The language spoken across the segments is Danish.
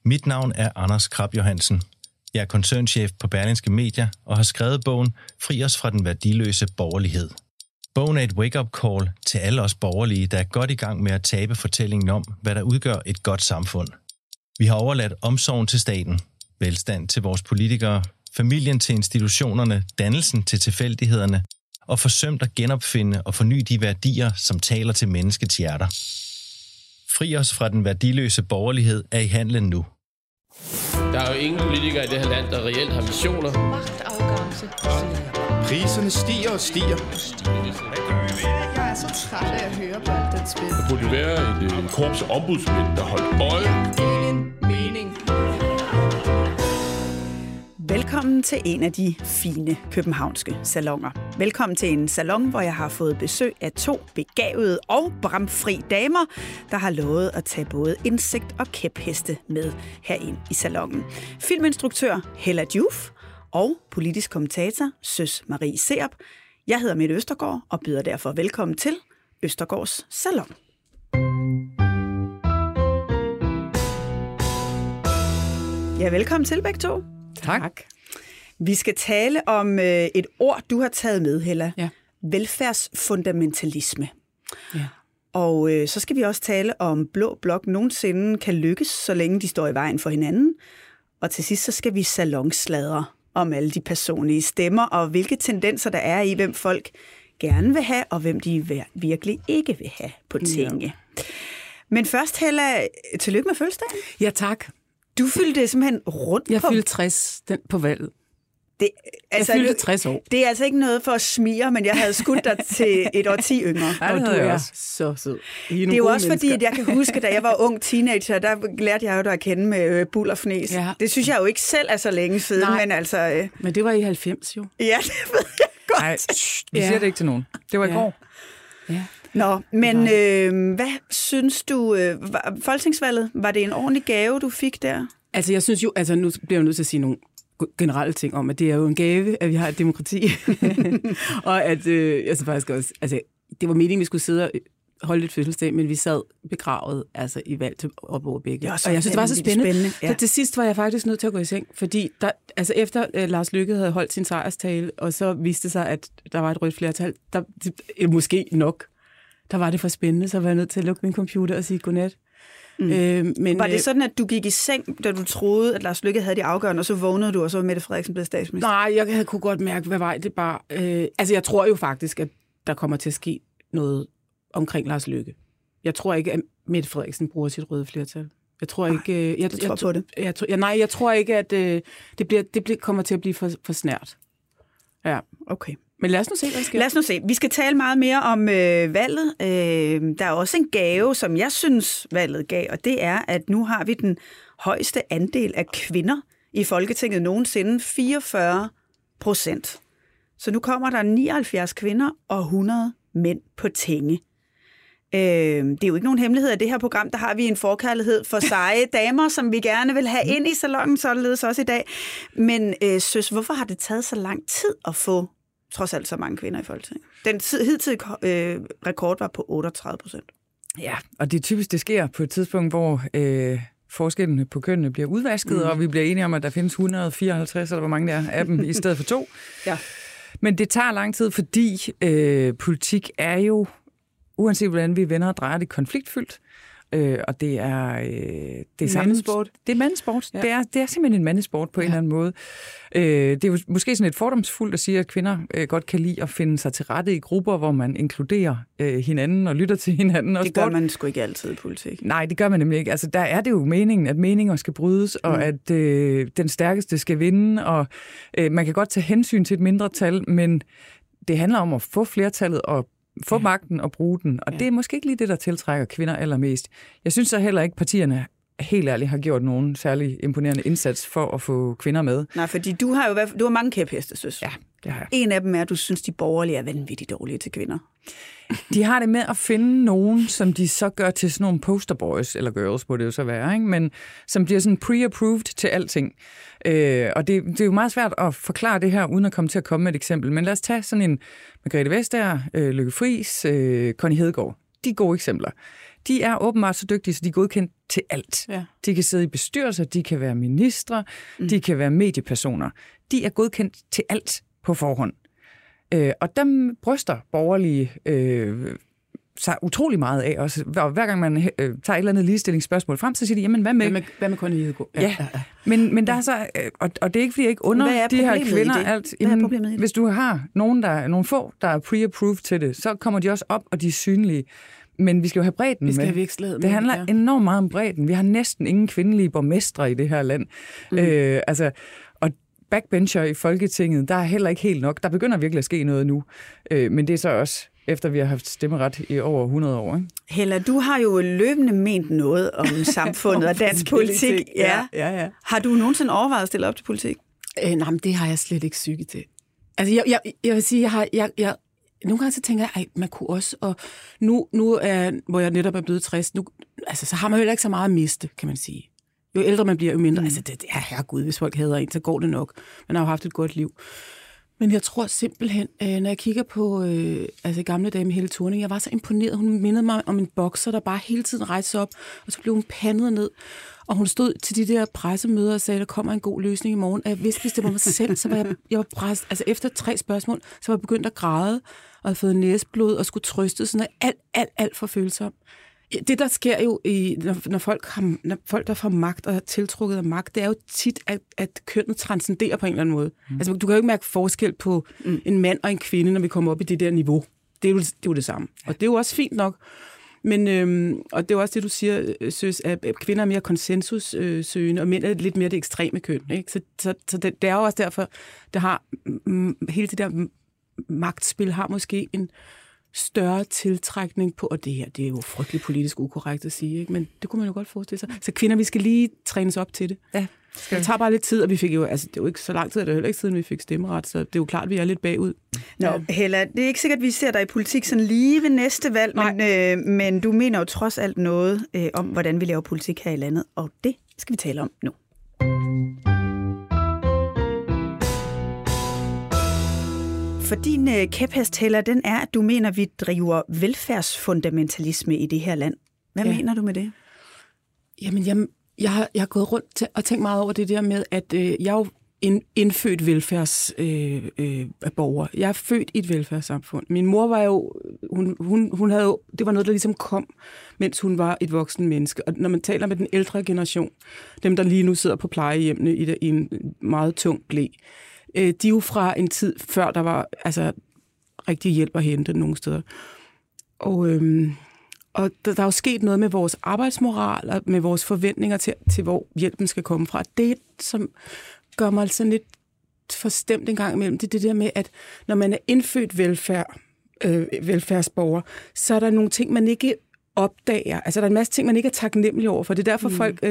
Mit navn er Anders Krab Johansen. Jeg er koncernchef på Berlingske Media og har skrevet bogen Fri os fra den værdiløse borgerlighed. Bogen er et wake-up call til alle os borgerlige, der er godt i gang med at tabe fortællingen om, hvad der udgør et godt samfund. Vi har overladt omsorgen til staten, velstand til vores politikere, familien til institutionerne, dannelsen til tilfældighederne og forsømt at genopfinde og forny de værdier, som taler til menneskets hjerter. Fri os fra den værdiløse borgerlighed er i handlen nu. Der er jo ingen politikere i det her land, der reelt har visioner. Magtafgørelse. Priserne stiger og stiger. Jeg er så træt af at høre på alt den spil. Der burde være et korps ombudsmænd, der holdt øje. Ingen mening. Velkommen til en af de fine københavnske salonger. Velkommen til en salon, hvor jeg har fået besøg af 2 begavede og bramfri damer, der har lovet at tage både indsigt og kæpheste med herind i salonen. Filminstruktør Hella Joof og politisk kommentator Søs Marie Serup. Jeg hedder Mette Østergaard og byder derfor velkommen til Østergaards Salon. Ja, velkommen til begge to. Tak. Vi skal tale om et ord, du har taget med, Hella. Ja. Velfærdsfundamentalisme. Ja. Og så skal vi også tale om blå blok nogensinde kan lykkes, så længe de står i vejen for hinanden. Og til sidst så skal vi salonsladre om alle de personlige stemmer, og hvilke tendenser der er i, hvem folk gerne vil have, og hvem de virkelig ikke vil have på tinge. Ja. Men først, Hella, tillykke med fødselsdagen. Ja, tak. Du fyldte simpelthen rundt Jeg på... fyldte 60 på valget. Jeg fyldte 60 år. Det er altså ikke noget for at smire, men jeg havde skudt dig til et årti yngre. Og du er så sød. Det er jo også fordi, at jeg kan huske, da jeg var ung teenager, der lærte jeg jo dig at kende med bull og fnæs. Ja. Det synes jeg jo ikke selv er så længe siden. Nej. Men altså... Men det var i 90 jo. Ja, det ved jeg godt. Nej, vi siger det ikke til nogen. Det var i går. Ja. Nå, men hvad synes du, folketingsvalget, var det en ordentlig gave, du fik der? Altså, jeg synes jo, nu bliver jeg nødt til at sige nogle generelle ting om, at det er jo en gave, at vi har et demokrati. Og at, jeg synes faktisk også, altså, det var meningen, vi skulle sidde og holde et fødselsdag, men vi sad begravet altså, i valg til Aalborg-Bække. Og jeg synes, det var så spændende. Ja. Så til sidst var jeg faktisk nødt til at gå i seng, fordi der, altså, efter Lars Løkke havde holdt sin sejrstale, og så viste sig, at der var et rødt flertal, måske nok, der var det for spændende, så var jeg nødt til at lukke min computer og sige godnat. Men, var det sådan, at du gik i seng, da du troede, at Lars Løkke havde de afgørende, og så vågnede du, og så var Mette Frederiksen blevet statsminister? Nej, jeg kunne godt mærke, hvad vej det bare... altså, jeg tror jo faktisk, at der kommer til at ske noget omkring Lars Løkke. Jeg tror ikke, at Mette Frederiksen bruger sit røde flertal. Jeg tror ikke... Jeg tror på det. Jeg tror ikke, at det kommer til at blive for snært. Ja, okay. Men lad os nu se, hvad der sker. Lad os nu se. Vi skal tale meget mere om valget. Der er også en gave, som jeg synes, valget gav, og det er, at nu har vi den højeste andel af kvinder i Folketinget nogensinde, 44%. Så nu kommer der 79 kvinder og 100 mænd på tinge. Det er jo ikke nogen hemmelighed af det her program. Der har vi en forkærlighed for seje damer, som vi gerne vil have ind i salonen, således også i dag. Men Søs, hvorfor har det taget så lang tid at få trods alt så mange kvinder i Folketinget? Den hidtidige rekord var på 38%. Ja, og det er typisk, det sker på et tidspunkt, hvor forskellene på kønnene bliver udvasket, og vi bliver enige om, at der findes 154, eller hvor mange der er af dem, i stedet for 2. Ja. Men det tager lang tid, fordi politik er jo, uanset hvordan vi vender og drejer, det konfliktfyldt. Og det er mandesport. Det er mandesport. Ja. Det er simpelthen en mandesport på en eller anden måde. Det er jo måske sådan et fordomsfuldt at sige, at kvinder godt kan lide at finde sig til rette i grupper, hvor man inkluderer hinanden og lytter til hinanden. Det gør man sgu ikke altid i politik. Nej, det gør man nemlig ikke. Altså, der er det jo meningen, at meninger skal brydes, og at den stærkeste skal vinde, og man kan godt tage hensyn til et mindretal, men det handler om at få flertallet og få magten og bruge den, og det er måske ikke lige det, der tiltrækker kvinder allermest. Jeg synes så heller ikke, partierne helt ærligt har gjort nogen særlig imponerende indsats for at få kvinder med. Nej, fordi du har mange kæpheste, Søs. Ja, det har jeg. En af dem er, at du synes, de borgerlige er vanvittigt dårlige til kvinder. De har det med at finde nogen, som de så gør til sådan nogle posterboys, eller girls må det jo så være, ikke? Men som bliver sådan pre-approved til alting. Og det er jo meget svært at forklare det her, uden at komme med et eksempel. Men lad os tage sådan en Margrethe Vestager, Lykke Friis, Connie Hedegaard. De gode eksempler. de er åbenbart så dygtige, så de er godkendt til alt. Ja. De kan sidde i bestyrelser, de kan være ministre, de kan være mediepersoner. De er godkendt til alt på forhånd. Og dem bryster borgerlige sig utrolig meget af også. Hver gang man tager et eller andet ligestillingsspørgsmål frem, så siger de, jamen hvad med Connie Hedegaard? Ja. Men der er så, og det er ikke, fordi jeg ikke under de her kvinder alt. Jamen, hvis du har nogle få, der er pre-approved til det, så kommer de også op, og de er synlige. Men vi skal jo have bredden med. Det handler enormt meget om bredden. Vi har næsten ingen kvindelige borgmestre i det her land. Og backbencher i Folketinget, der er heller ikke helt nok. Der begynder virkelig at ske noget nu. Men det er så også efter vi har haft stemmeret i over 100 år. Ikke? Hella, du har jo løbende ment noget om samfundet og dansk politik. Ja. Har du nogensinde overvejet at stille op til politik? Nej, men det har jeg slet ikke psyke til. Altså, jeg vil sige, jeg nogle gange så tænker jeg, man kunne også, og nu hvor jeg netop er blevet 60, nu, altså, så har man jo ikke så meget at miste, kan man sige. Jo ældre man bliver, jo mindre. Altså, det er herregud, hvis folk hader en, så går det nok. Man har jo haft et godt liv. Men jeg tror simpelthen, når jeg kigger på gamle dage med Helle Thorning, jeg var så imponeret. Hun mindede mig om en bokser, der bare hele tiden rejste sig op, og så blev hun pandet ned. Og hun stod til de der pressemøder og sagde, der kommer en god løsning i morgen. Og jeg vidste, hvis det var mig selv, så var jeg var presset. Altså efter 3 spørgsmål, så var jeg begyndt at græde, og havde fået næseblod og skulle trøste, sådan alt for følsom. Det, der sker jo, når folk der får magt og er tiltrukket af magt, det er jo tit, at kønnet transcenderer på en eller anden måde. Altså, du kan jo ikke mærke forskel på en mand og en kvinde, når vi kommer op i det der niveau. Det er jo det samme. Og det er jo også fint nok. Men, og det er også det, du siger, Søs, at kvinder er mere konsensussøgende, og mænd er lidt mere det ekstreme køn. Ikke? Så det er jo også derfor, det har hele det der magtspil har måske en større tiltrækning på, og det er jo frygteligt politisk ukorrekt at sige, ikke? Men det kunne man jo godt forestille sig. Så kvinder, vi skal lige trænes op til det. Ja. Det tager bare lidt tid, og vi fik jo, altså det er jo ikke så lang tid, det er heller ikke siden vi fik stemmeret, så det er jo klart, at vi er lidt bagud. Nå, Hella, det er ikke sikkert, at vi ser dig i politik sådan lige ved næste valg, men du mener jo trods alt noget om, hvordan vi laver politik her i landet, og det skal vi tale om nu. For din kæphest, Hella, den er, at du mener, at vi driver velfærdsfundamentalisme i det her land. Hvad mener du med det? Jamen, jeg har gået rundt og tænkt meget over det der med, at jeg er jo en indfødt velfærdsborger. Jeg er født i et velfærdssamfund. Min mor var jo, hun havde jo, det var noget, der ligesom kom, mens hun var et voksen menneske. Og når man taler med den ældre generation, dem der lige nu sidder på plejehjemmene i en meget tung blæ, de er jo fra en tid før, der var altså rigtig hjælp at hente nogle steder. Og der er jo sket noget med vores arbejdsmoral og med vores forventninger til hvor hjælpen skal komme fra. Det, som gør mig altså lidt forstemt en gang imellem, det er det der med, at når man er indfødt velfærdsborger, så er der nogle ting, man ikke opdager. Altså, der er en masse ting, man ikke er taknemmelig over for. Det er derfor, folk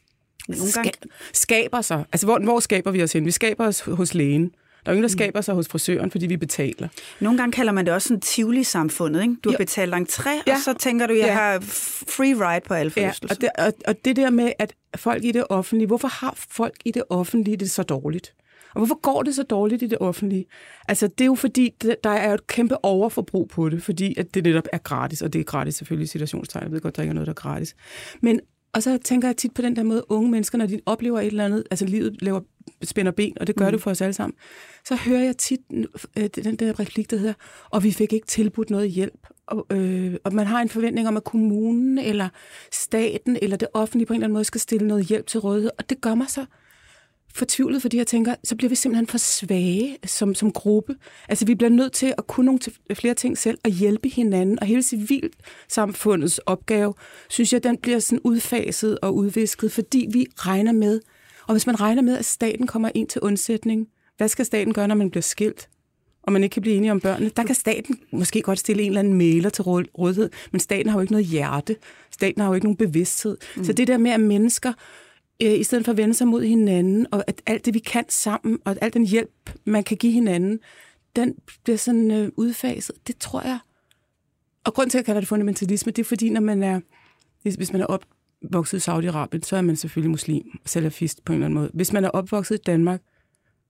skaber sig. Altså, hvor skaber vi os hen? Vi skaber os hos lægen. Der er jo ingen, der skaber sig hos frisøren, fordi vi betaler. Nogle gange kalder man det også sådan Tivoli-samfundet, ikke? Du har betalt entré, og så tænker du, jeg har free ride på alle forlystelser. Og det der med, at folk i det offentlige, hvorfor har folk i det offentlige det så dårligt? Og hvorfor går det så dårligt i det offentlige? Altså, det er jo fordi, der er et kæmpe overforbrug på det, fordi at det netop er gratis, og det er gratis selvfølgelig i situationstegn. Jeg ved godt, der ikke er noget, der er gratis. Og så tænker jeg tit på den der måde, unge mennesker, når de oplever et eller andet, altså livet spænder ben, og det gør det for os alle sammen, så hører jeg tit den der replik, der hedder, og vi fik ikke tilbudt noget hjælp. Og man har en forventning om, at kommunen, eller staten, eller det offentlige på en eller anden måde skal stille noget hjælp til rådighed, og det gør mig så fortvivlet, fordi jeg tænker, så bliver vi simpelthen for svage som gruppe. Altså, vi bliver nødt til at kunne nogle flere ting selv og hjælpe hinanden, og hele civilsamfundets opgave, synes jeg, den bliver sådan udfaset og udvisket, fordi vi regner med, og hvis man regner med, at staten kommer ind til undsætning, hvad skal staten gøre, når man bliver skilt, og man ikke kan blive enige om børnene? Der kan staten måske godt stille en eller anden mægler til rådighed, men staten har jo ikke noget hjerte. Staten har jo ikke nogen bevidsthed. Så det der med, at mennesker i stedet for at vende sig mod hinanden, og at alt det, vi kan sammen, og alt den hjælp, man kan give hinanden, den bliver sådan udfaset. Det tror jeg. Og grund til, at jeg kalder det fundamentalisme, det er fordi, hvis man er opvokset i Saudi-Arabien, så er man selvfølgelig muslim, salafist på en eller anden måde. Hvis man er opvokset i Danmark,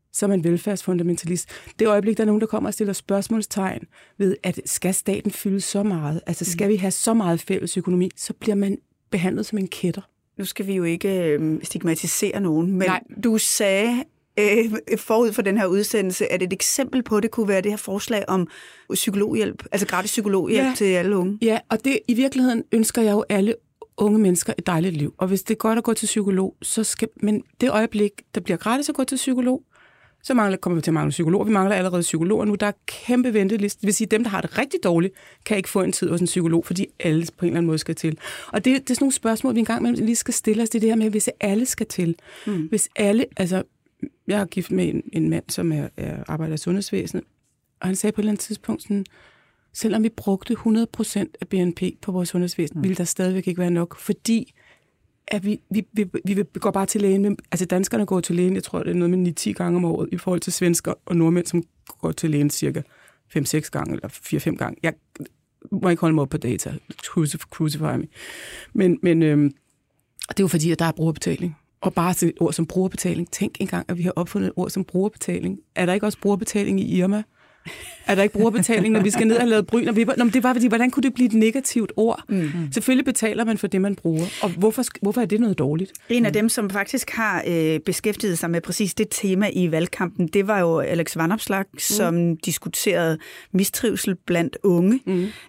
så er man velfærdsfundamentalist. Det øjeblik, der er nogen, der kommer og stiller spørgsmålstegn ved, at skal staten fylde så meget, altså skal vi have så meget fælles økonomi, så bliver man behandlet som en kætter. Nu skal vi jo ikke stigmatisere nogen, men Nej. du sagde forud for den her udsendelse, at et eksempel på det kunne være det her forslag om psykologhjælp, altså gratis psykologhjælp til alle unge. Ja, og det i virkeligheden ønsker jeg jo alle unge mennesker et dejligt liv. Og hvis det er godt at gå til psykolog, så skal... Men det øjeblik, der bliver gratis at gå til psykolog, så kommer vi til at mangle psykologer. Vi mangler allerede psykologer nu. Der er kæmpe venteliste. Det vil sige, at dem, der har det rigtig dårligt, kan ikke få en tid hos en psykolog, fordi alle på en eller anden måde skal til. Og det er sådan nogle spørgsmål, vi engang lige skal stille os. Det er det her med, hvis alle skal til. Hvis alle... Altså, jeg er gift med en mand, som arbejder i sundhedsvæsenet, og han sagde på et eller andet tidspunkt sådan, selvom vi brugte 100% af BNP på vores sundhedsvæsen, ville der stadigvæk ikke være nok, fordi at vi går bare til lægen. Altså danskerne går til lægen, jeg tror, det er noget med 9-10 gange om året, i forhold til svensker og nordmænd, som går til lægen cirka 5-6 gange, eller 4-5 gange. Jeg må ikke holde mig op på data. Crucify me. Men det er jo fordi, at der er brugerbetaling. Og bare til et ord som brugerbetaling. Tænk engang, at vi har opfundet et ord som brugerbetaling. Er der ikke også brugerbetaling i Irma? Er der ikke brugerbetaling, når vi skal ned og lave bryn? Det var fordi, hvordan kunne det blive et negativt ord? Selvfølgelig betaler man for det, man bruger. Og hvorfor er det noget dårligt? En af dem, som faktisk har beskæftiget sig med præcis det tema i valgkampen, det var jo Alex Vanopslagh, som diskuterede mistrivsel blandt unge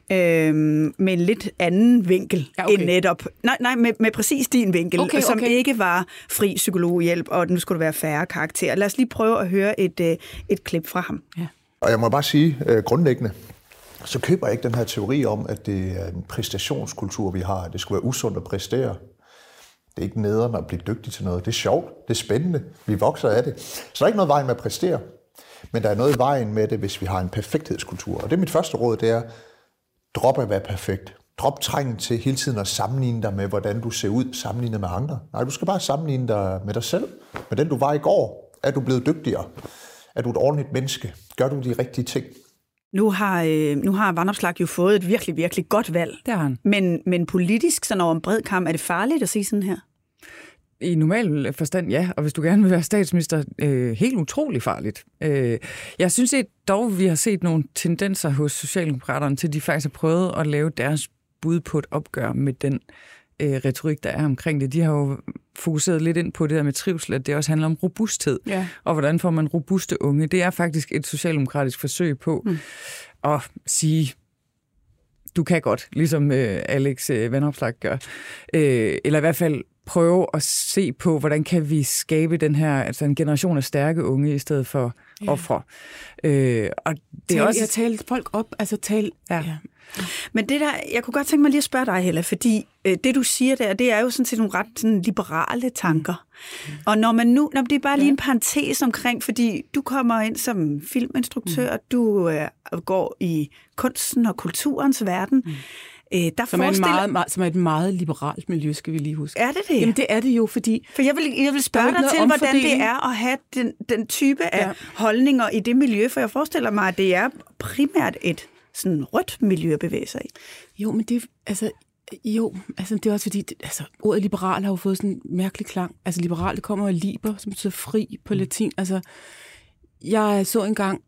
med en lidt anden vinkel end netop. Nej, med præcis din vinkel, som ikke var fri psykologhjælp, og nu skulle der være færre karakterer. Lad os lige prøve at høre et klip fra ham. Ja. Og jeg må bare sige, grundlæggende, så køber jeg ikke den her teori om, at det er en præstationskultur, vi har. Det skulle være usundt at præstere. Det er ikke nederen at blive dygtig til noget. Det er sjovt, det er spændende, vi vokser af det. Så der er ikke noget vejen med at præstere, men der er noget i vejen med det, hvis vi har en perfekthedskultur. Og det er mit første råd, det er, drop at være perfekt. Drop trængen til hele tiden at sammenligne dig med, hvordan du ser ud sammenlignet med andre. Nej, du skal bare sammenligne dig med dig selv. Med den, du var i går. Er du blevet dygtigere? Er du et ordentligt menneske? Gør du de rigtige ting? Nu har Vanopslagh jo fået et virkelig, virkelig godt valg. Det har han. Men politisk, sådan over en bred kam, er det farligt at sige sådan her? I normal forstand, ja. Og hvis du gerne vil være statsminister, helt utrolig farligt. Jeg synes dog, vi har set nogle tendenser hos Socialdemokraterne til, de faktisk har prøvet at lave deres bud på et opgør med den retorik, der er omkring det. De har jo fokuseret lidt ind på det der med trivsel, at det også handler om robusthed. Ja. Og hvordan får man robuste unge? Det er faktisk et socialdemokratisk forsøg på at sige, du kan godt, ligesom Alex Vanopslagh gør. Eller i hvert fald prøve at se på, hvordan kan vi skabe den her, altså en generation af stærke unge i stedet for ofre. Og det er også... Jeg taler folk op, altså tale... Ja. Men det der, jeg kunne godt tænke mig lige at spørge dig, Hella, fordi det du siger der, det er jo sådan set nogle ret sådan liberale tanker. Og når det er bare lige en parentes omkring, fordi du kommer ind som filminstruktør, du går i kunsten og kulturens verden. Som er et meget liberalt miljø, skal vi lige huske. Er det det? Jamen det er det jo, fordi... For jeg vil spørge dig til, hvordan det er at have den type af holdninger i det miljø, for jeg forestiller mig, at det er primært et sådan rødt miljø at bevæge sig i. Jo, men det altså det er også fordi, ordet liberal har jo fået sådan en mærkelig klang. Altså liberal, det kommer af liber, som betyder fri på latin. Altså, jeg så engang,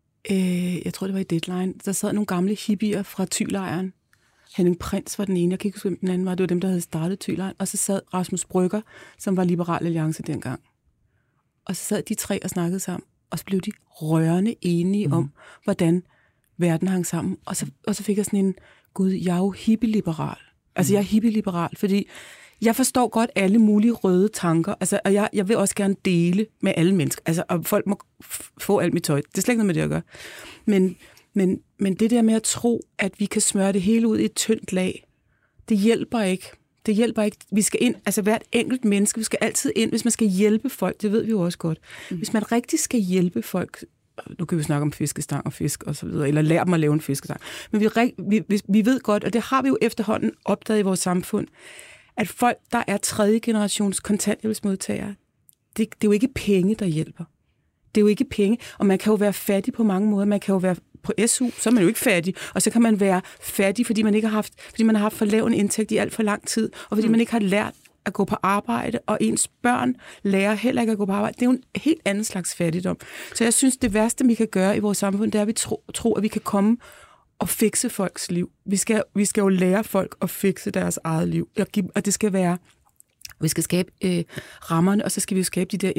jeg tror det var i Deadline, der sad nogle gamle hippier fra Thylejren. Henning Prins var den ene, jeg kan ikke huske, hvem den anden var. Det var dem, der havde startet Thylejren. Og så sad Rasmus Brygger, som var Liberal Alliance dengang. Og så sad de tre og snakkede sammen, og så blev de rørende enige om, hvordan verden hang sammen. Og så fik jeg sådan en, gud, jeg er jo hippie-liberal. Altså, jeg er hippie-liberal, fordi jeg forstår godt alle mulige røde tanker. Altså, og jeg vil også gerne dele med alle mennesker. Altså, og folk må få alt mit tøj. Det er slet ikke noget med det at gøre. Men det der med at tro, at vi kan smøre det hele ud i et tyndt lag, det hjælper ikke. Det hjælper ikke. Vi skal ind, altså hvert enkelt menneske, vi skal altid ind, hvis man skal hjælpe folk, det ved vi jo også godt. Hvis man rigtig skal hjælpe folk, nu kan vi snakke om fiskestang og fisk og så videre, eller lære dem at lave en fiskestang. Men vi ved godt, og det har vi jo efterhånden opdaget i vores samfund, at folk, der er 3. generations kontanthjælpsmodtagere, det er jo ikke penge, der hjælper. Det er jo ikke penge, og man kan jo være fattig på mange måder. Man kan jo være på SU, så er man jo ikke fattig, og så kan man være fattig, fordi man har haft for lav en indtægt i alt for lang tid, og fordi man ikke har lært at gå på arbejde, og ens børn lærer heller ikke at gå på arbejde. Det er jo en helt anden slags fattigdom. Så jeg synes, det værste, vi kan gøre i vores samfund, det er, at vi tror, at vi kan komme og fikse folks liv. Vi skal jo lære folk at fikse deres eget liv. Og det skal være, vi skal skabe rammerne, og så skal vi skabe de der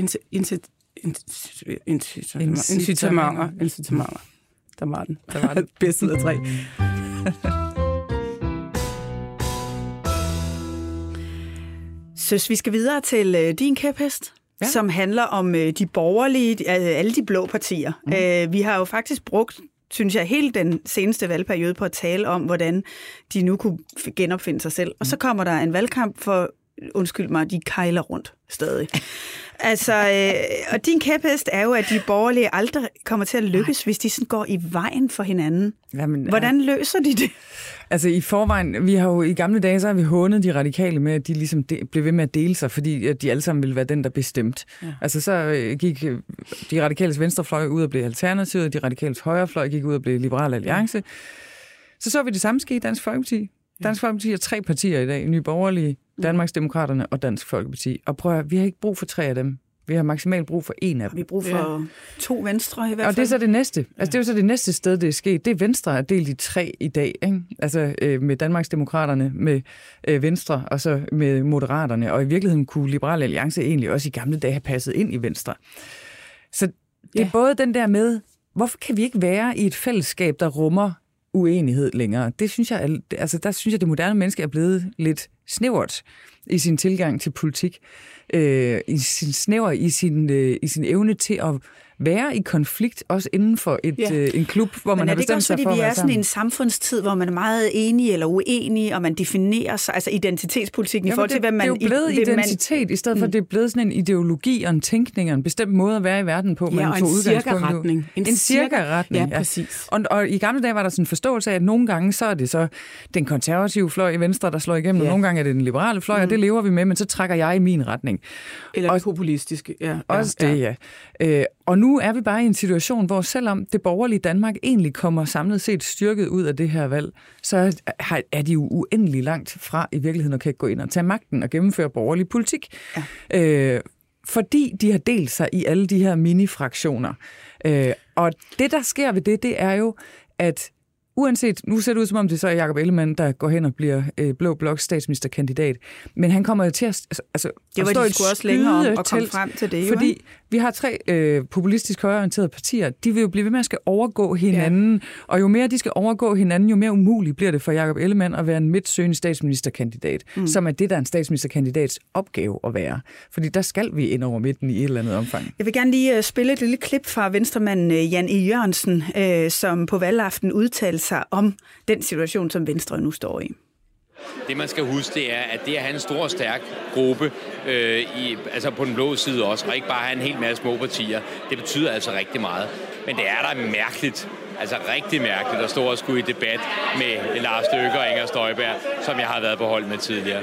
incitamenter. Der var den. Bedste ud af 3. Synes vi skal videre til din kæphest, som handler om de borgerlige, alle de blå partier. Vi har jo faktisk brugt, synes jeg, hele den seneste valgperiode på at tale om, hvordan de nu kunne genopfinde sig selv. Og så kommer der en valgkamp for, undskyld mig, de kejler rundt stadig. Altså, og din kæphest er jo, at de borgerlige aldrig kommer til at lykkes, hvis de sådan går i vejen for hinanden. Jamen, hvordan løser de det? Altså i forvejen, vi har jo i gamle dage, så har vi hånet de radikale med, at de ligesom blev ved med at dele sig, fordi de alle sammen ville være den, der bestemt. Ja. Altså så gik de radikales venstrefløj ud og blev Alternativet, de radikales højrefløj gik ud og blev Liberal Alliance. Så vi det samme ske i Dansk Folkeparti. Dansk Folkeparti er 3 partier i dag, Nye Borgerlige, Danmarksdemokraterne og Dansk Folkeparti. Og prøv at, vi har ikke brug for 3 af dem. Vi har maksimalt brug for 1 af dem. Vi har brug for 2 venstre i hvert fald. Og det er så det næste. Altså det er jo så det næste sted, det er sket. Det er Venstre er delt i 3 i dag, ikke? Altså med Danmarksdemokraterne, med Venstre og så med Moderaterne. Og i virkeligheden kunne Liberal Alliance egentlig også i gamle dage have passet ind i Venstre. Så det er både den der med, hvorfor kan vi ikke være i et fællesskab, der rummer uenighed længere? Det synes jeg, altså der synes jeg, det moderne menneske er blevet lidt snævert i sin tilgang til politik. I sin evne til at være i konflikt, også inden for en klub, hvor man har bestemt sig for at være sammen. Men er det ikke også, fordi vi er sådan en samfundstid, hvor man er meget enige eller uenige, og man definerer sig, altså identitetspolitikken i forhold til, hvad man... Det er jo blevet identitet, i stedet for, at det er blevet sådan en ideologi og en tænkning og en bestemt måde at være i verden på. Ja, og en cirka-retning. En cirka-retning, ja. Præcis. Og i gamle dage var der sådan en forståelse af, at nogle gange så er det så den konservative fløj i Venstre, der slår igennem, og nogle gange er det den liberale fløj, og det lever vi med, men så trækker jeg i min retning. Eller det populistiske. Ja. Også det, ja. Og nu er vi bare i en situation, hvor selvom det borgerlige Danmark egentlig kommer samlet set styrket ud af det her valg, så er de jo uendelig langt fra i virkeligheden at kan gå ind og tage magten og gennemføre borgerlig politik. Ja. Fordi de har delt sig i alle de her mini-fraktioner. Og det, der sker ved det er jo, at uanset, nu ser det ud som om det så er Jakob Ellemann, der går hen og bliver Blå Bloks statsministerkandidat, men han kommer jo til at stå de skulle også længere om at komme frem til det. Fordi vi har 3 populistisk højreorienterede partier, de vil jo blive ved med at skal overgå hinanden, og jo mere de skal overgå hinanden, jo mere umuligt bliver det for Jakob Ellemann at være en midtsøgende statsministerkandidat, som er det, der er en statsministerkandidats opgave at være. Fordi der skal vi ind over midten i et eller andet omfang. Jeg vil gerne lige spille et lille klip fra venstremanden Jan E. Jørgensen, som på valgaften udtalte sig om den situation, som Venstre nu står i. Det, man skal huske, det er, at det at have en stor og stærk gruppe, altså på den blå side også, og ikke bare have en hel masse små partier, det betyder altså rigtig meget. Men det er da mærkeligt, altså rigtig mærkeligt, at stå og skulle i debat med Lars Løkke og Inger Støjberg, som jeg har været på hold med tidligere.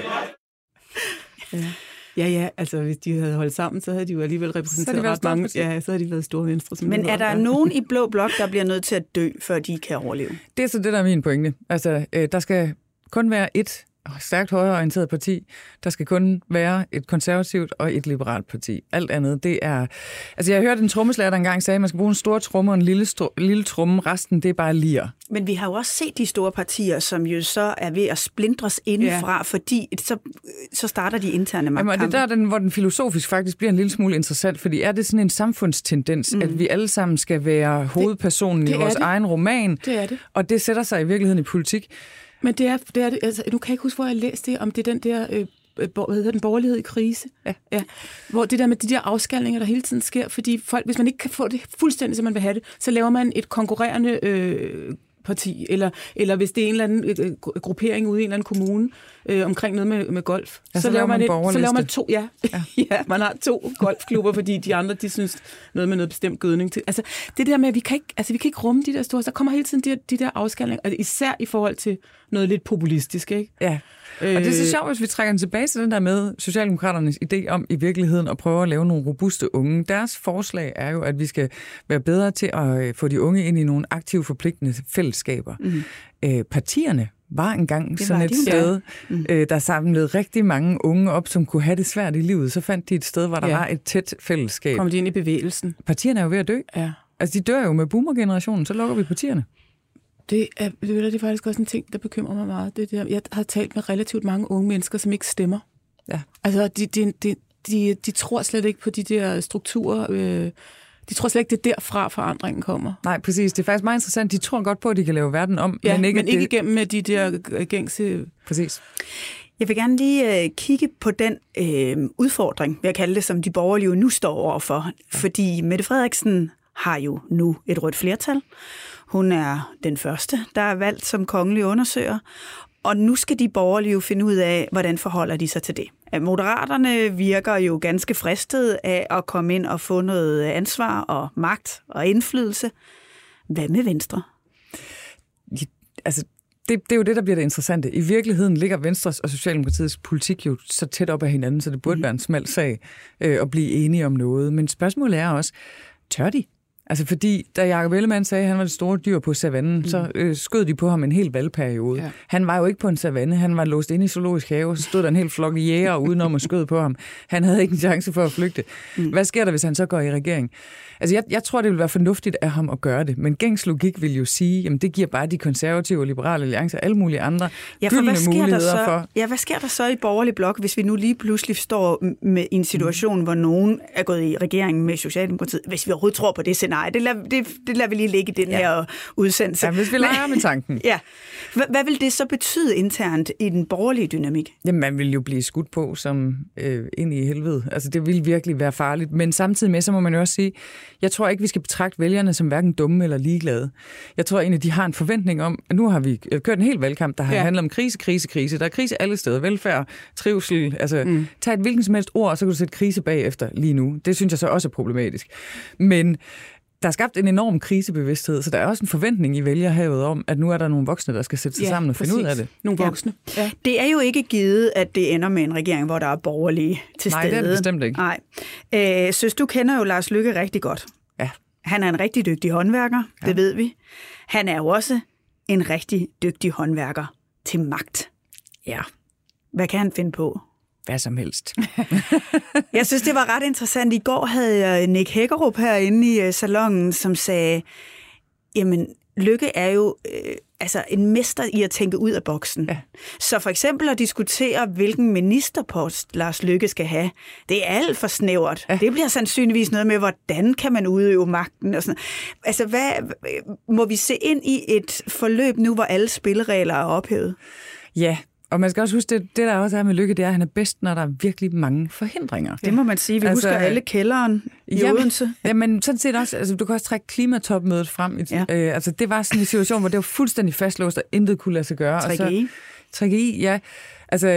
Ja, altså hvis de havde holdt sammen, så havde de jo alligevel repræsenteret ret mange. Ja, så havde de været store Venstre. Men er der nogen i Blå Blok, der bliver nødt til at dø, før de kan overleve? Det er så det, der er min pointe. Altså, der skal kun være et stærkt højreorienteret parti. Der skal kun være et konservativt og et liberalt parti. Alt andet, det er... Altså, jeg hørte en trommeslager, der engang sagde, at man skal bruge en stor tromme og en lille tromme. Resten, det er bare lir. Men vi har jo også set de store partier, som jo så er ved at splindres indenfra, fordi så starter de interne magtkampe. Jamen, det er hvor den filosofisk faktisk bliver en lille smule interessant, fordi er det sådan en samfundstendens, at vi alle sammen skal være hovedpersonen i vores egen roman, det er det. Og det sætter sig i virkeligheden i politik. Men det er altså, nu kan jeg ikke huske, hvor jeg læste det, om det er den der, den borgerlighed i krise. Ja. Hvor det der med de der afskalninger, der hele tiden sker, fordi folk, hvis man ikke kan få det fuldstændig, som man vil have det, så laver man et konkurrerende parti, eller hvis det er en eller anden gruppering ude i en eller anden kommune omkring noget med golf, så laver man 2, ja, man har 2 golfklubber, fordi de andre, de synes noget med noget bestemt gødning til. Altså det der med, at vi kan ikke rumme de der store, så kommer hele tiden de der afskalninger, altså, især i forhold til noget lidt populistisk, ikke? Ja. Og det er så sjovt, hvis vi trækker den tilbage til den der med Socialdemokraternes idé om i virkeligheden at prøve at lave nogle robuste unge. Deres forslag er jo, at vi skal være bedre til at få de unge ind i nogle aktive forpligtende fællesskaber. Partierne var engang sådan et sted, der samlede rigtig mange unge op, som kunne have det svært i livet. Så fandt de et sted, hvor der var et tæt fællesskab. Kom de ind i bevægelsen. Partierne er jo ved at dø. Ja. Altså, de dør jo med boomergenerationen, så lukker vi partierne. Det er faktisk også en ting, der bekymrer mig meget. Det der. Jeg har talt med relativt mange unge mennesker, som ikke stemmer. Ja. Altså, de tror slet ikke på de der strukturer. De tror slet ikke, det er derfra forandringen kommer. Nej, præcis. Det er faktisk meget interessant. De tror godt på, at de kan lave verden om. Ja, men ikke igennem med de der gængse... Præcis. Jeg vil gerne lige kigge på den udfordring, vil jeg kalde det, som de borgerlige nu står overfor. Fordi Mette Frederiksen har jo nu et rødt flertal. Hun er den første, der er valgt som kongelig undersøger. Og nu skal de borgerlige jo finde ud af, hvordan forholder de sig til det. Moderaterne virker jo ganske fristet af at komme ind og få noget ansvar og magt og indflydelse. Hvad med Venstre? Altså, det er jo det, der bliver det interessante. I virkeligheden ligger Venstres og Socialdemokratiets politik jo så tæt op ad hinanden, så det burde være en smal sag at blive enige om noget. Men spørgsmålet er også, tør de? Altså fordi, da Jakob Ellemann sagde, at han var det store dyr på savannen, så skød de på ham en hel valgperiode. Ja. Han var jo ikke på en savanne, han var låst inde i zoologisk have, så stod der en hel flok jæger udenom og skød på ham. Han havde ikke en chance for at flygte. Hvad sker der, hvis han så går i regering? Altså jeg tror, det vil være fornuftigt af ham at gøre det, men gængs logik vil jo sige, jamen det giver bare de konservative og liberale alliancer alle mulige andre gyldne muligheder for... Ja, hvad sker der så i borgerlig blok, hvis vi nu lige pludselig står med en situation, hvor nogen er gået i regeringen med Socialdemokratiet, hvis vi overhovedet tror på det scenarie? Det lader vi lige ligge i den her udsendelse. Ja, hvis vi leger med tanken. Ja. Hvad vil det så betyde internt i den borgerlige dynamik? Jamen, man vil jo blive skudt på som ind i helvede. Altså, det vil virkelig være farligt. Men samtidig med, så må man jo også sige, jeg tror ikke, vi skal betragte vælgerne som hverken dumme eller ligeglade. Jeg tror egentlig, de har en forventning om, at nu har vi kørt en hel valgkamp, der har handlet om krise. Der er krise alle steder. Velfærd, trivsel. Altså, tag et hvilken som helst ord, og så kan du sætte krise bagefter lige nu. Det synes jeg så også er problematisk. Men der er skabt en enorm krisebevidsthed, så der er også en forventning i vælgerhavet om, at nu er der nogle voksne, der skal sætte sig sammen og finde ud af det. Nogle voksne. Ja. Det er jo ikke givet, at det ender med en regering, hvor der er borgerlige til stede. Nej, det er det bestemt ikke. Nej. Søs, du kender jo Lars Løkke rigtig godt. Ja. Han er en rigtig dygtig håndværker, det ved vi. Han er jo også en rigtig dygtig håndværker til magt. Ja. Hvad kan han finde på? Hvad som helst. Jeg synes, det var ret interessant. I går havde jeg Nick Hækkerup herinde i salonen, som sagde, jamen, Løkke er jo en mester i at tænke ud af boksen. Ja. Så for eksempel at diskutere, hvilken ministerpost Lars Løkke skal have, det er alt for snævert. Ja. Det bliver sandsynligvis noget med, hvordan kan man udøve magten og sådan. Altså, må vi se ind i et forløb nu, hvor alle spilleregler er ophævet? Ja. Og man skal også huske, det der også er med Løkke, det er, at han er bedst, når der er virkelig mange forhindringer. Det må man sige. Vi husker alle kælderen i Odense. Jamen, sådan set også, altså, du kan også trække klimatopmødet frem. Altså, det var sådan en situation, hvor det var fuldstændig fastlåst, og intet kunne lade sig gøre. Trække ja. Altså,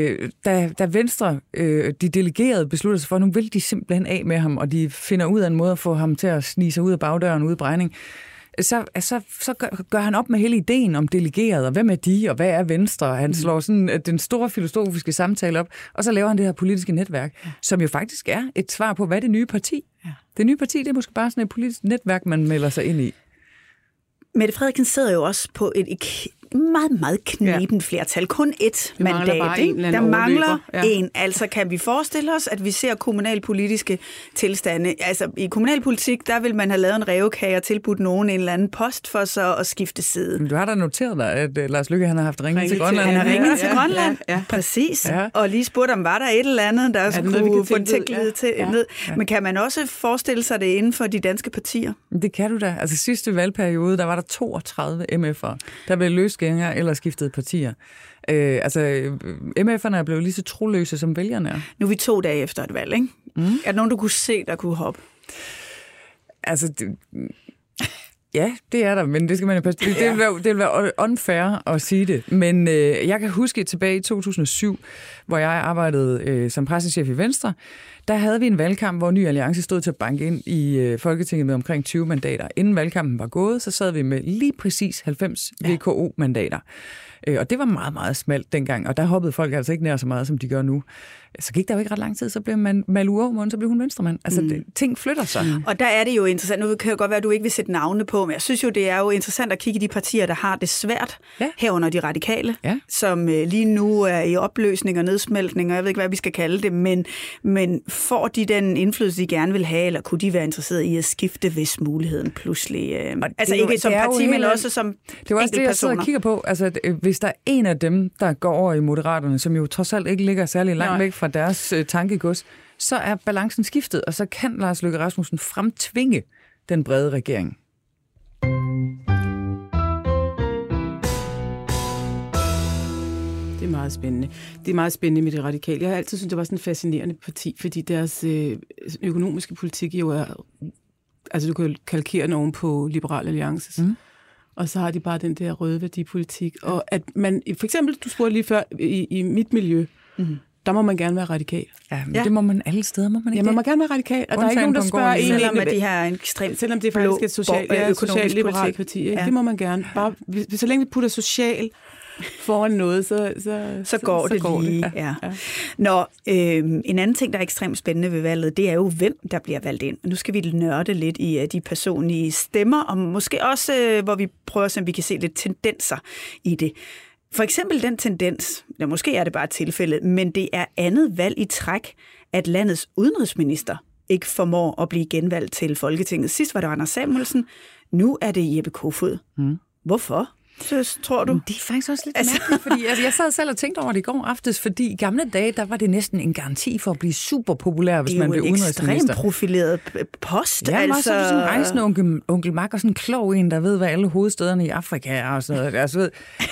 da Venstre, de delegerede, besluttede sig for, nu vil de simpelthen af med ham, og de finder ud af en måde at få ham til at snige sig ud af bagdøren, ud i Brejning. Så gør han op med hele ideen om delegeret, og hvem er de, og hvad er Venstre? Han slår sådan den store filosofiske samtale op, og så laver han det her politiske netværk, som jo faktisk er et svar på, hvad er det nye parti? Ja. Det nye parti, det er måske bare sådan et politisk netværk, man melder sig ind i. Mette Frederiksen sidder jo også på et meget, meget knebent flertal. Kun ét mandat. Der mangler en. Altså kan vi forestille os, at vi ser kommunalpolitiske tilstande. Altså i kommunalpolitik, der vil man have lavet en rævekage og tilbudt nogen en eller anden post for så at skifte side. Men du har da noteret dig, at Lars Løkke han har haft ringet til Grønland. Han har ringet til Grønland, præcis. Ja. Og lige spurgt om, var der et eller andet, der skulle få en tillid til ned. Men kan man også forestille sig det inden for de danske partier? Det kan du da. Altså sidste valgperiode, der var der 32 MF'er, der blev løsgænger eller skiftede partier. MF'erne er blevet lige så troløse, som vælgerne er. Nu er vi 2 dage efter et valg, ikke? Er der nogen, du kunne se, der kunne hoppe? Altså, ja, det er der, men det skal man jo passe. Det vil være unfair at sige det. Men jeg kan huske tilbage i 2007, hvor jeg arbejdede som pressechef i Venstre, der havde vi en valgkamp, hvor Ny Alliance stod til at banke ind i Folketinget med omkring 20 mandater. Inden valgkampen var gået, så sad vi med lige præcis 90 VKO-mandater. Og det var meget, meget smalt dengang, og der hoppede folk altså ikke nær så meget, som de gør nu. Så gik der jo ikke ret lang tid, så blev Malou Aamund, så blev hun venstremand. Altså, ting flytter sig. Og der er det jo interessant. Nu kan det godt være, at du ikke vil sætte navne på, men jeg synes jo, det er jo interessant at kigge i de partier, der har det svært, herunder de radikale, som lige nu er i opløsning og nedsmeltning, og jeg ved ikke, hvad vi skal kalde det, men får de den indflydelse, de gerne vil have, eller kunne de være interesserede i at skifte, hvis muligheden pludselig... altså ikke som parti, men også som enkeltpersoner. Det er også det, jeg sidder og kigger på. Altså, hvis der er en af dem, der går over i Moderaterne, som jo trods alt ikke ligger særlig langt væk fra deres tankegods, så er balancen skiftet, og så kan Lars Løkke Rasmussen fremtvinge den brede regering. Det er meget spændende. Det er meget spændende med det radikale. Jeg har altid syntes, det var sådan et fascinerende parti, fordi deres økonomiske politik jo er... Altså, du kan jo kalkere nogen på Liberal Alliances. Og så har de bare den der røde værdipolitik. Og at man... For eksempel, du spurgte lige før, i mit miljø, der må man gerne være radikal. Ja, men det må man alle steder, må man ikke? Ja, man må gerne være radikal. Og der er ikke nogen, der spørger en... Selvom at de har en ekstremt selvom det er faktisk et socialt-liberalt parti. Ikke? Ja. Det må man gerne. Bare, så længe vi putter social foran noget, så går det lige. Ja. Nå, en anden ting, der er ekstremt spændende ved valget, det er jo, hvem der bliver valgt ind. Nu skal vi nørde lidt i de personlige stemmer, og måske også, hvor vi prøver at se, om vi kan se lidt tendenser i det. For eksempel den tendens, ja, måske er det bare tilfældet, men det er andet valg i træk, at landets udenrigsminister ikke formår at blive genvalgt til Folketinget. Sidst var det Anders Samuelsen, nu er det Jeppe Kofod. Hvorfor? Så tror du? Det er faktisk også lidt mærkeligt, fordi jeg sad selv og tænkte over det i går aftes, fordi i gamle dage, der var det næsten en garanti for at blive super populær, hvis man blev udenrigsminister. Det er jo en ekstremt profileret post. Ja, altså... også sådan en rejsende onkel Mac og sådan en klog en, der ved, hvad alle hovedstederne i Afrika er og sådan noget. Altså,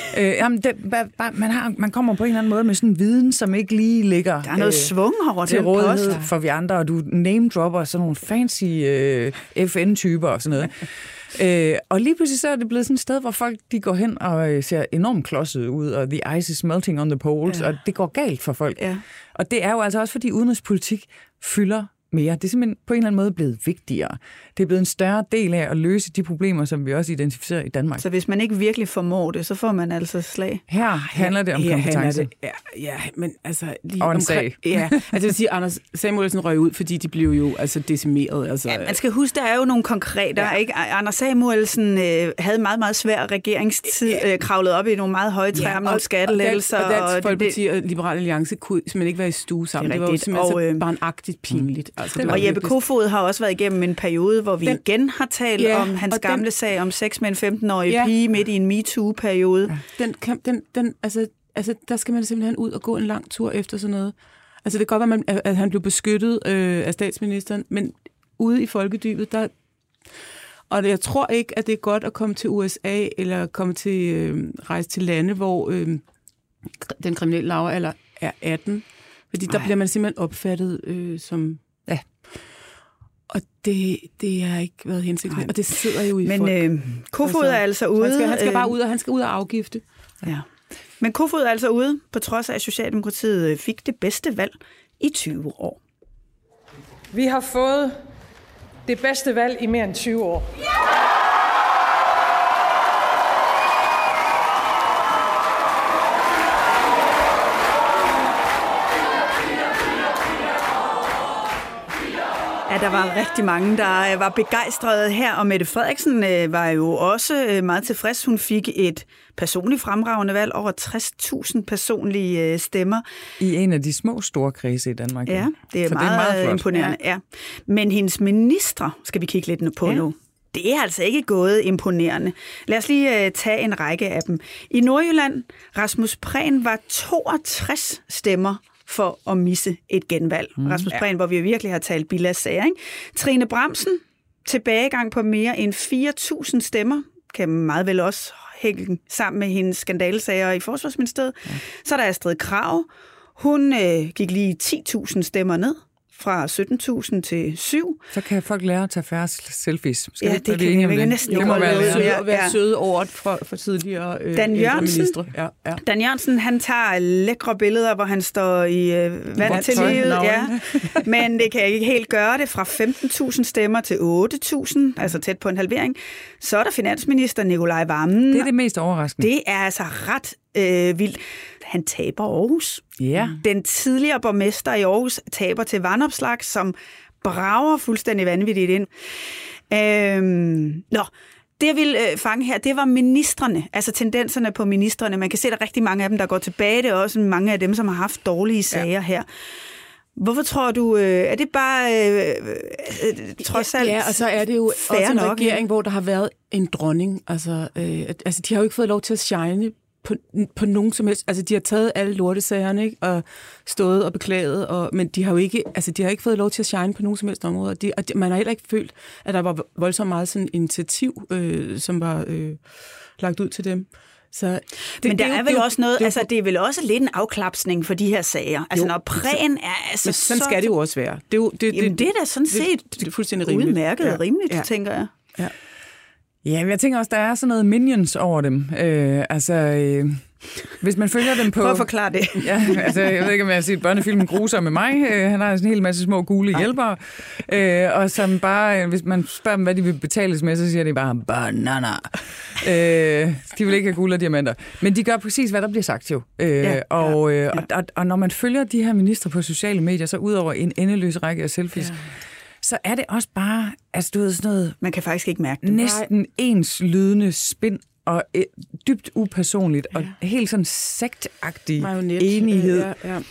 man kommer på en eller anden måde med sådan en viden, som ikke lige ligger der er noget svung over til rådighed for vi andre, og du name-dropper sådan nogle fancy FN-typer og sådan noget. Og lige pludselig så er det blevet sådan et sted, hvor folk de går hen og ser enormt klodset ud, og the ice is melting on the poles, og det går galt for folk. Ja. Og det er jo altså også, fordi udenrigspolitik fylder mere. Det er simpelthen på en eller anden måde blevet vigtigere. Det er blevet en større del af at løse de problemer, som vi også identificerer i Danmark. Så hvis man ikke virkelig formår det, så får man altså slag? Her handler det om kompetence. Ja, men altså... Lige og en sag. Ja, altså jeg vil sige, Anders Samuelsen røg ud, fordi de blev jo altså decimeret. Altså, ja, man skal huske, der er jo nogle konkreter, ikke? Anders Samuelsen havde meget, meget svær regeringstid, kravlet op i nogle meget høje træer med nogle skattelettelser. Og Dansk Folkeparti og Liberal Alliance kunne simpelthen ikke være i stue sammen. Det var jo simpelthen barnagtigt pinligt. Altså, og Jeppe Kofod har også været igennem en periode, hvor vi igen har talt om hans gamle sag om sex med en 15-årig pige midt i en MeToo-periode. Altså, der skal man simpelthen ud og gå en lang tur efter sådan noget. Altså, det kan godt være, at han blev beskyttet af statsministeren, men ude i folkedybet, der... Og jeg tror ikke, at det er godt at komme til USA, eller komme til rejse til lande, hvor den kriminelle lavalder er 18. Fordi der bliver man simpelthen opfattet som... Ja. Og det har ikke været hensigtsmæssigt. Og det sidder jo i folk. Men Kofod er altså ude... Han skal bare ud, og han skal ud og afgifte. Ja. Men Kofod er altså ude, på trods af, at Socialdemokratiet fik det bedste valg i 20 år. Vi har fået det bedste valg i mere end 20 år. Ja, der var rigtig mange, der var begejstrede her, og Mette Frederiksen var jo også meget tilfreds. Hun fik et personligt fremragende valg, over 60.000 personlige stemmer. I en af de små store kredse i Danmark. Ja, det er meget imponerende. Ja. Men hendes ministre skal vi kigge lidt på nu. Det er altså ikke gået imponerende. Lad os lige tage en række af dem. I Nordjylland, Rasmus Prehn var 62 stemmer for at misse et genvalg. Rasmus Prehn, hvor vi virkelig har talt bilagssager, ikke? Trine Bramsen, tilbagegang på mere end 4.000 stemmer, kan meget vel også hænge sammen med hendes skandalesager i Forsvarsministeriet. Ja. Så er der Astrid Krag. Hun gik lige 10.000 stemmer ned. fra 17.000 til 7. Så kan folk lære at tage færre selfies. Ja, det kan vi næsten ikke holde ud. At være søde over for tidligere Dan ministre. Ja. Dan Jørgensen, han tager lækre billeder, hvor han står i vand til livet. Ja. Men det kan ikke helt gøre det. Fra 15.000 stemmer til 8.000, altså tæt på en halvering. Så er der finansminister Nicolai Wammen. Det er det mest overraskende. Det er altså ret vildt. Han taber Aarhus. Ja. Den tidligere borgmester i Aarhus taber til Vandopslag, som brager fuldstændig vanvittigt ind. Det jeg ville fange her, det var ministrene, altså tendenserne på ministrene. Man kan se, at der er rigtig mange af dem, der går tilbage. Det er også mange af dem, som har haft dårlige sager her. Hvorfor tror du, er det bare trods alt? Ja, og så er det jo også en regering, hvor der har været en dronning. Altså, de har jo ikke fået lov til at shine på nogen som helst. Altså, de har taget alle lortesagerne, ikke? Og stået og beklaget, men de har jo ikke, de har ikke fået lov til at shine på nogen som helst områder. Man har heller ikke følt, at der var voldsomt meget sådan initiativ, som var lagt ud til dem. Så men der er vel også noget, det er vel også lidt en afklapsning for de her sager. Altså, når prægen er... Altså, sådan skal det jo også være. Det er da sådan set det er fuldstændig rimeligt. Udmærket og rimeligt, tænker jeg. Ja. Ja, men jeg tænker også, der er sådan noget minions over dem. Hvis man følger dem på... Prøv at forklare det. Ja, jeg ved ikke, om jeg har set børnefilmen Gruser med mig. Han har sådan en hel masse små gule hjælpere. Og som bare, hvis man spørger dem, hvad de vil betales med, så siger de bare, banana. De vil ikke have guld og diamanter. Men de gør præcis, hvad der bliver sagt jo. Og når man følger de her ministre på sociale medier, så ud over en endeløs række af selfies, så er det også bare, du ved, sådan noget... Man kan faktisk ikke mærke det. Næsten enslydende spind og dybt upersonligt og helt sådan sektagtig enighed.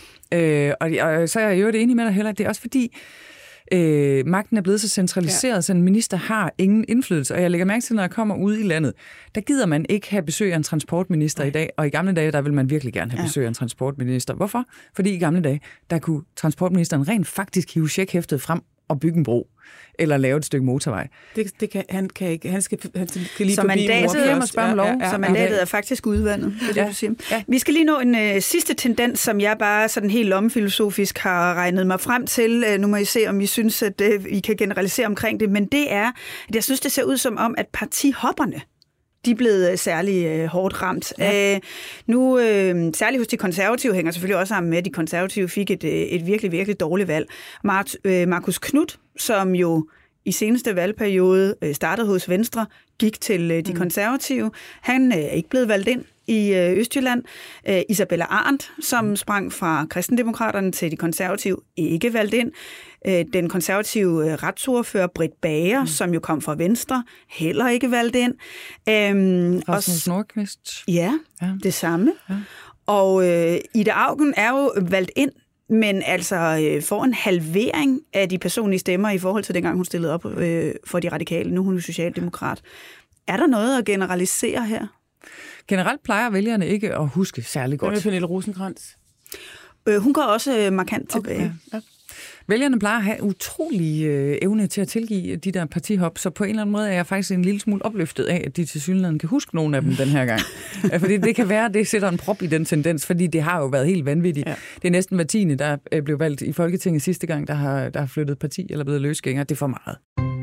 Og så er jeg jo enig med dig heller, det er også fordi magten er blevet så centraliseret, så en minister har ingen indflydelse. Og jeg lægger mærke til, når jeg kommer ud i landet, der gider man ikke have besøg af en transportminister i dag, og i gamle dage, der vil man virkelig gerne have besøg af en transportminister. Hvorfor? Fordi i gamle dage, der kunne transportministeren rent faktisk hive checkhæftet frem og bygge en bro, eller lave et stykke motorvej. Det kan han ikke. Han skal lige så mandatet, så mandatet er faktisk udvandet, det er det, du siger. Ja. Vi skal lige nå en sidste tendens, som jeg bare sådan helt lommefilosofisk har regnet mig frem til. Nu må I se, om I synes, at I kan generalisere omkring det, men det er, at jeg synes, det ser ud som om, at partihopperne, de er blevet særlig hårdt ramt. Ja. Nu, særligt hos de konservative, hænger selvfølgelig også sammen med, at de konservative fik et virkelig, virkelig dårligt valg. Marcus Knudt, som jo i seneste valgperiode startede hos Venstre, gik til de konservative. Han er ikke blevet valgt ind i Østjylland. Isabella Arendt, som sprang fra Kristendemokraterne til de konservative, ikke valgt ind. Den konservative retsordfører Britt Bager, som jo kom fra Venstre, heller ikke valgt ind. Rasmus Nordqvist. Ja, det samme. Ja. Og Ida Auken er jo valgt ind, men altså får en halvering af de personlige stemmer i forhold til dengang, hun stillede op for de radikale. Nu er hun jo socialdemokrat. Er der noget at generalisere her? Generelt plejer vælgerne ikke at huske særlig godt. Hvad med Pernille Rosenkrantz? Hun går også markant tilbage. Okay. Ja. Vælgerne plejer at have utrolig evne til at tilgive de der partihop, så på en eller anden måde er jeg faktisk en lille smule opløftet af, at de tilsyneladende kan huske nogle af dem den her gang. Fordi det kan være, at det sætter en prop i den tendens, fordi det har jo været helt vanvittigt. Ja. Det er næsten hver tiende, der blev valgt i Folketinget sidste gang, der har flyttet parti eller blevet løsgænger. Det er for meget.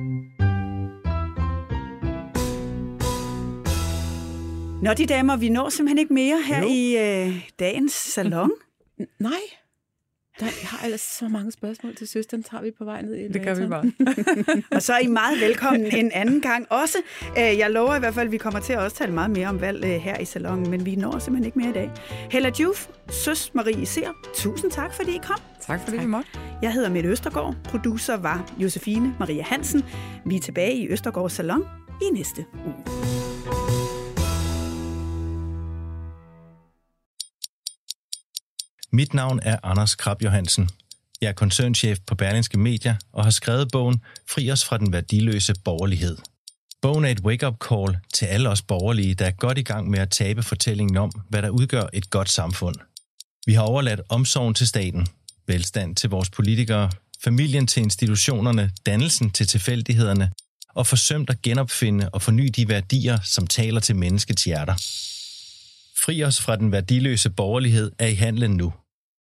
Nå, de damer, vi når simpelthen ikke mere her i dagens salon. Nej. Jeg har ellers så mange spørgsmål til søsteren, tager vi på vej ned i det kan vi bare. Og så er I meget velkommen en anden gang også. Jeg lover i hvert fald, at vi kommer til at også tale meget mere om valg her i salonen, men vi når simpelthen ikke mere i dag. Hella Juf, søs Marie Ser, tusind tak, fordi I kom. Tak fordi vi måtte. Jeg hedder Mette Østergaard, producer var Josefine Maria Hansen. Vi er tilbage i Østergaards Salon i næste uge. Mit navn er Anders Krab Johansen. Jeg er koncernchef på Berlingske Medier og har skrevet bogen Fri os fra den værdiløse borgerlighed. Bogen er et wake-up call til alle os borgerlige, der er godt i gang med at tabe fortællingen om, hvad der udgør et godt samfund. Vi har overladt omsorgen til staten, velstand til vores politikere, familien til institutionerne, dannelsen til tilfældighederne og forsømt at genopfinde og forny de værdier, som taler til menneskets hjerter. Fri os fra den værdiløse borgerlighed er i handlen nu.